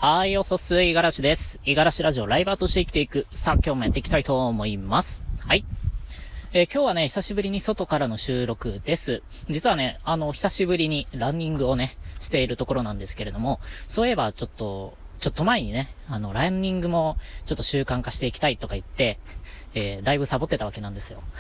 はい、おそす、いがらしです。いがらしラジオライバーとして生きていく。さあ、今日もやっていきたいと思います。はい。今日はね、久しぶりに外からの収録です。実はね、久しぶりにランニングをね、しているところなんですけれども、そういえばちょっと前にね、ランニングもちょっと習慣化していきたいとか言って、だいぶサボってたわけなんですよ。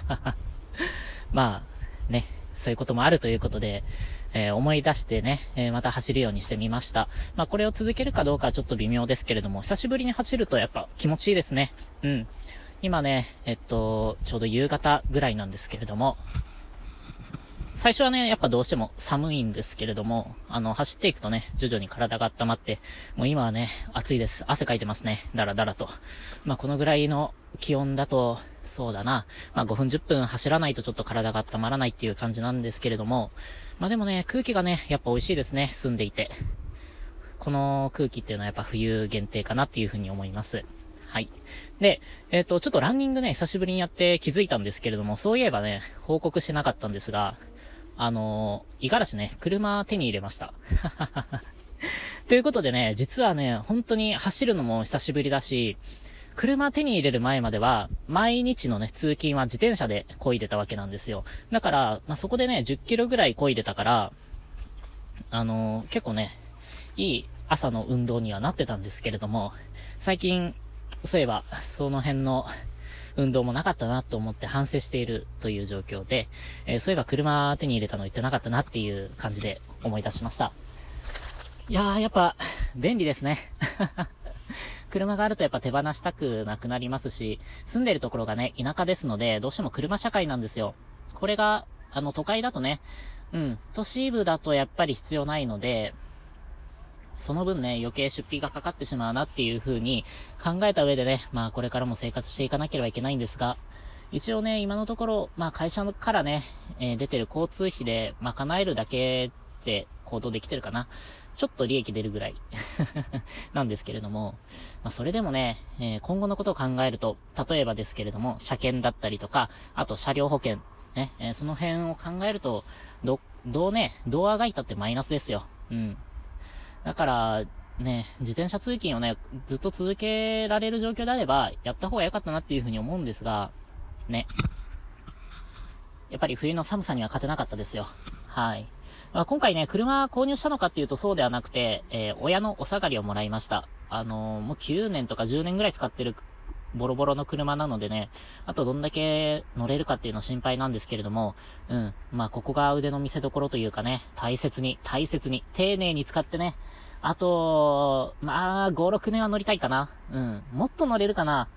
まあ、ね、そういうこともあるということで、思い出してね、また走るようにしてみました。まあこれを続けるかどうかはちょっと微妙ですけれども、久しぶりに走るとやっぱ気持ちいいですね。うん。今ね、ちょうど夕方ぐらいなんですけれども、最初はね、やっぱどうしても寒いんですけれども、走っていくとね、徐々に体が温まって、もう今はね、暑いです。汗かいてますね。だらだらと。まあこのぐらいの気温だと、そうだな。まあ5分10分走らないとちょっと体が温まらないっていう感じなんですけれども、まあでもね、空気がね、やっぱ美味しいですね。住んでいて。この空気っていうのはやっぱ冬限定かなっていうふうに思います。はい。で、ちょっとランニングね、久しぶりにやって気づいたんですけれども、そういえばね、報告しなかったんですが、五十嵐ね、車手に入れました。ということでね、実はね、本当に走るのも久しぶりだし、車手に入れる前までは、毎日のね、通勤は自転車で漕いでたわけなんですよ。だから、まあ、そこでね、10キロぐらい漕いでたから、結構ね、いい朝の運動にはなってたんですけれども、最近、そういえば、その辺の運動もなかったなと思って反省しているという状況で、そういえば車手に入れたの言ってなかったなっていう感じで思い出しました。いやー、やっぱ、便利ですね。車があるとやっぱ手放したくなくなりますし、住んでるところがね、田舎ですので、どうしても車社会なんですよ。これが、都会だとね、都市部だとやっぱり必要ないので、その分ね、余計出費がかかってしまうなっていう風に考えた上でね、まあこれからも生活していかなければいけないんですが、一応ね、今のところ、まあ会社からね、出てる交通費で賄えるだけで行動できてるかな。ちょっと利益出るぐらいなんですけれども、まあそれでもね、今後のことを考えると、例えばですけれども、車検だったりとか、あと車両保険、ね、その辺を考えると、どうあがいたってマイナスですよ。うん。だから、ね、自転車通勤をね、ずっと続けられる状況であれば、やった方が良かったなっていうふうに思うんですが、ね。やっぱり冬の寒さには勝てなかったですよ。はい。まあ、今回ね、車購入したのかっていうとそうではなくて、親のお下がりをもらいました。もう9年とか10年ぐらい使ってるボロボロの車なのでね、あとどんだけ乗れるかっていうの心配なんですけれども、まあここが腕の見せ所というかね、大切に、丁寧に使ってね、あと、まあ、5、6年は乗りたいかな。もっと乗れるかな。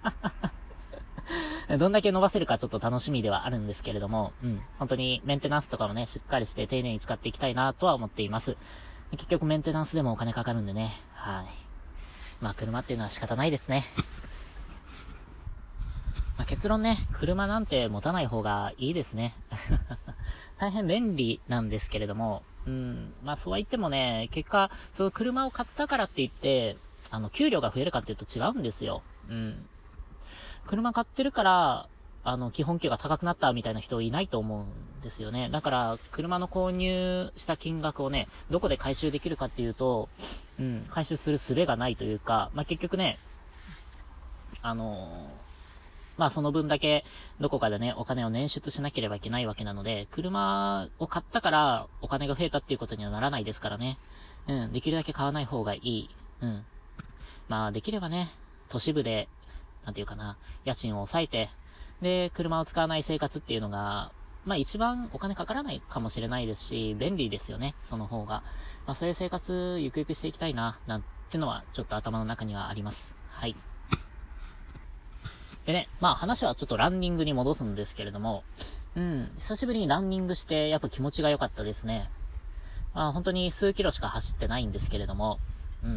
どんだけ伸ばせるかちょっと楽しみではあるんですけれども、本当にメンテナンスとかもね、しっかりして丁寧に使っていきたいなとは思っています。結局メンテナンスでもお金かかるんでね、はい。まあ車っていうのは仕方ないですね。まあ、結論ね、車なんて持たない方がいいですね。大変便利なんですけれども、まあそうは言ってもね、結果、その車を買ったからって言って、給料が増えるかっていうと違うんですよ。車買ってるから、基本給が高くなったみたいな人いないと思うんですよね。だから、車の購入した金額をね、どこで回収できるかっていうと、回収する術がないというか、まあ、結局ね、まあその分だけどこかでね、お金を捻出しなければいけないわけなので、車を買ったからお金が増えたっていうことにはならないですからね。できるだけ買わない方がいい。まあできればね、都市部で、なんていうかな、家賃を抑えて、で、車を使わない生活っていうのが、まあ一番お金かからないかもしれないですし、便利ですよね、その方が。まあそういう生活、ゆくゆくしていきたいな、なんてのはちょっと頭の中にはあります。はい。でね、まあ話はちょっとランニングに戻すんですけれども、久しぶりにランニングして、やっぱ気持ちが良かったですね。まあ本当に数キロしか走ってないんですけれども、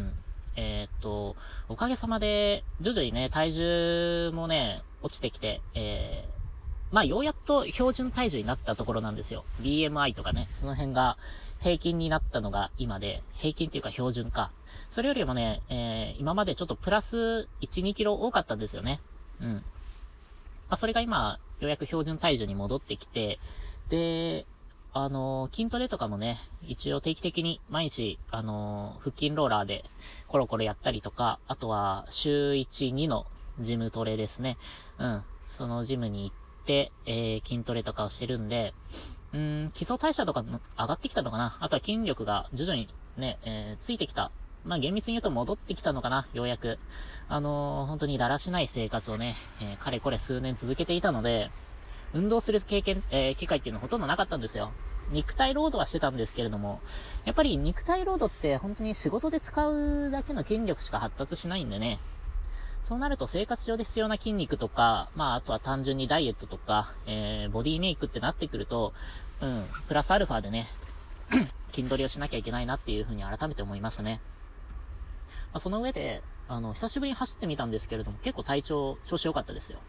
おかげさまで、徐々にね、体重もね、落ちてきて、まあようやっと標準体重になったところなんですよ。BMI とかね、その辺が平均になったのが今で、平均っていうか標準か。それよりもね、今までちょっとプラス1、2キロ多かったんですよね。まあ、それが今、ようやく標準体重に戻ってきて、で、 筋トレとかもね、一応定期的に毎日、腹筋ローラーでコロコロやったりとか、あとは週1、2のジムトレですね。そのジムに行って、筋トレとかをしてるんで、基礎代謝とか上がってきたのかな。あとは筋力が徐々にね、ついてきた。厳密に言うと戻ってきたのかな、ようやく。本当にだらしない生活をね、かれこれ数年続けていたので、運動する機会っていうのはほとんどなかったんですよ。肉体労働はしてたんですけれども、やっぱり肉体労働って本当に仕事で使うだけの筋力しか発達しないんでね。そうなると生活上で必要な筋肉とか、あとは単純にダイエットとか、ボディメイクってなってくると、プラスアルファでね、筋トレをしなきゃいけないなっていうふうに改めて思いましたね。その上で、久しぶりに走ってみたんですけれども、結構調子良かったですよ。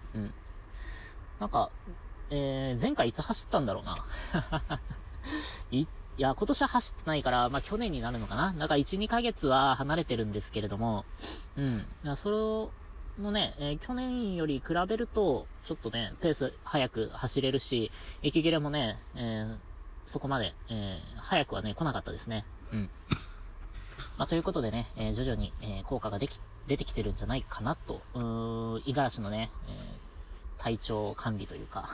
前回いつ走ったんだろうな。いや、今年は走ってないから、去年になるのかな。1、2ヶ月は離れてるんですけれども、それのね、去年より比べると、ちょっとね、ペース早く走れるし、息切れもね、そこまで、早くはね、来なかったですね。ということでね、徐々に、効果が出てきてるんじゃないかなと、五十嵐のね、体調管理というか、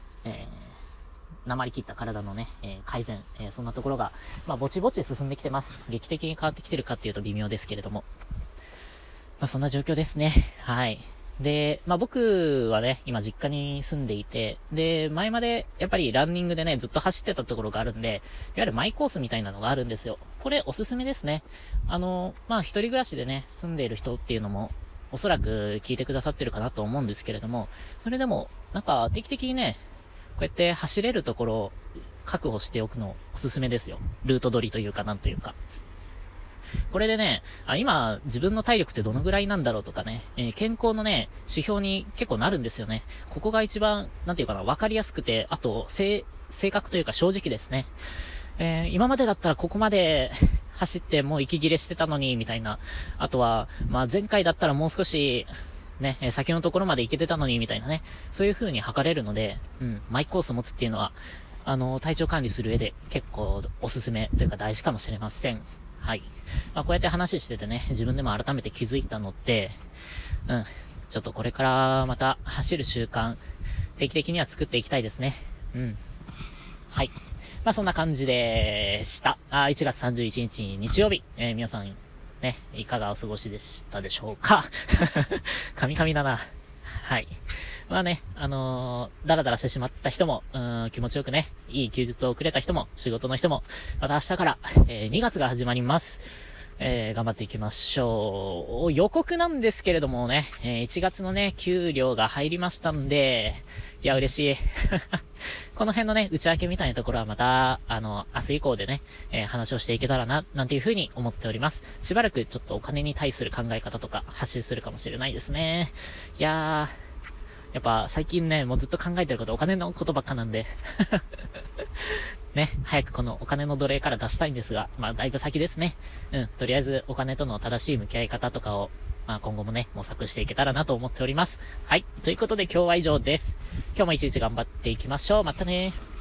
鉛切った体のね、改善、そんなところが、ぼちぼち進んできてます。劇的に変わってきてるかっていうと微妙ですけれども。そんな状況ですね。はい。で、僕はね、今実家に住んでいて、で、前までやっぱりランニングでね、ずっと走ってたところがあるんで、いわゆるマイコースみたいなのがあるんですよ。これおすすめですね。一人暮らしでね、住んでいる人っていうのも、おそらく聞いてくださってるかなと思うんですけれども、それでも、定期的にね、こうやって走れるところを確保しておくのおすすめですよ。ルート取りというかなんというか。これでね、今自分の体力ってどのぐらいなんだろうとかね、健康のね、指標に結構なるんですよね。ここが一番、わかりやすくて、あと、正確というか正直ですね。今までだったらここまで走ってもう息切れしてたのに、みたいな。あとは、前回だったらもう少し、ね、先のところまで行けてたのに、みたいなね。そういう風に測れるので、マイコースを持つっていうのは、体調管理する上で結構おすすめというか大事かもしれません。はい。こうやって話しててね、自分でも改めて気づいたので、ちょっとこれからまた走る習慣、定期的には作っていきたいですね。はい。そんな感じでした。1月31日日曜日、皆さん、ね、いかがお過ごしでしたでしょうか。カミカミだな。はい。ダラダラしてしまった人も、気持ちよくね、いい休日を送れた人も、仕事の人も、また明日から、2月が始まります。頑張っていきましょう。予告なんですけれどもね、1月のね、給料が入りましたんで、いや、嬉しい。この辺のね、内訳みたいなところはまた、明日以降でね、話をしていけたらな、なんていうふうに思っております。しばらくちょっとお金に対する考え方とか、発信するかもしれないですね。いやー、やっぱ最近ね、もうずっと考えてることお金のことばっかなんで。ね、早くこのお金の奴隷から出したいんですが、だいぶ先ですね。とりあえずお金との正しい向き合い方とかを、今後もね、模索していけたらなと思っております。はい。ということで今日は以上です。今日も一日頑張っていきましょう。またねー。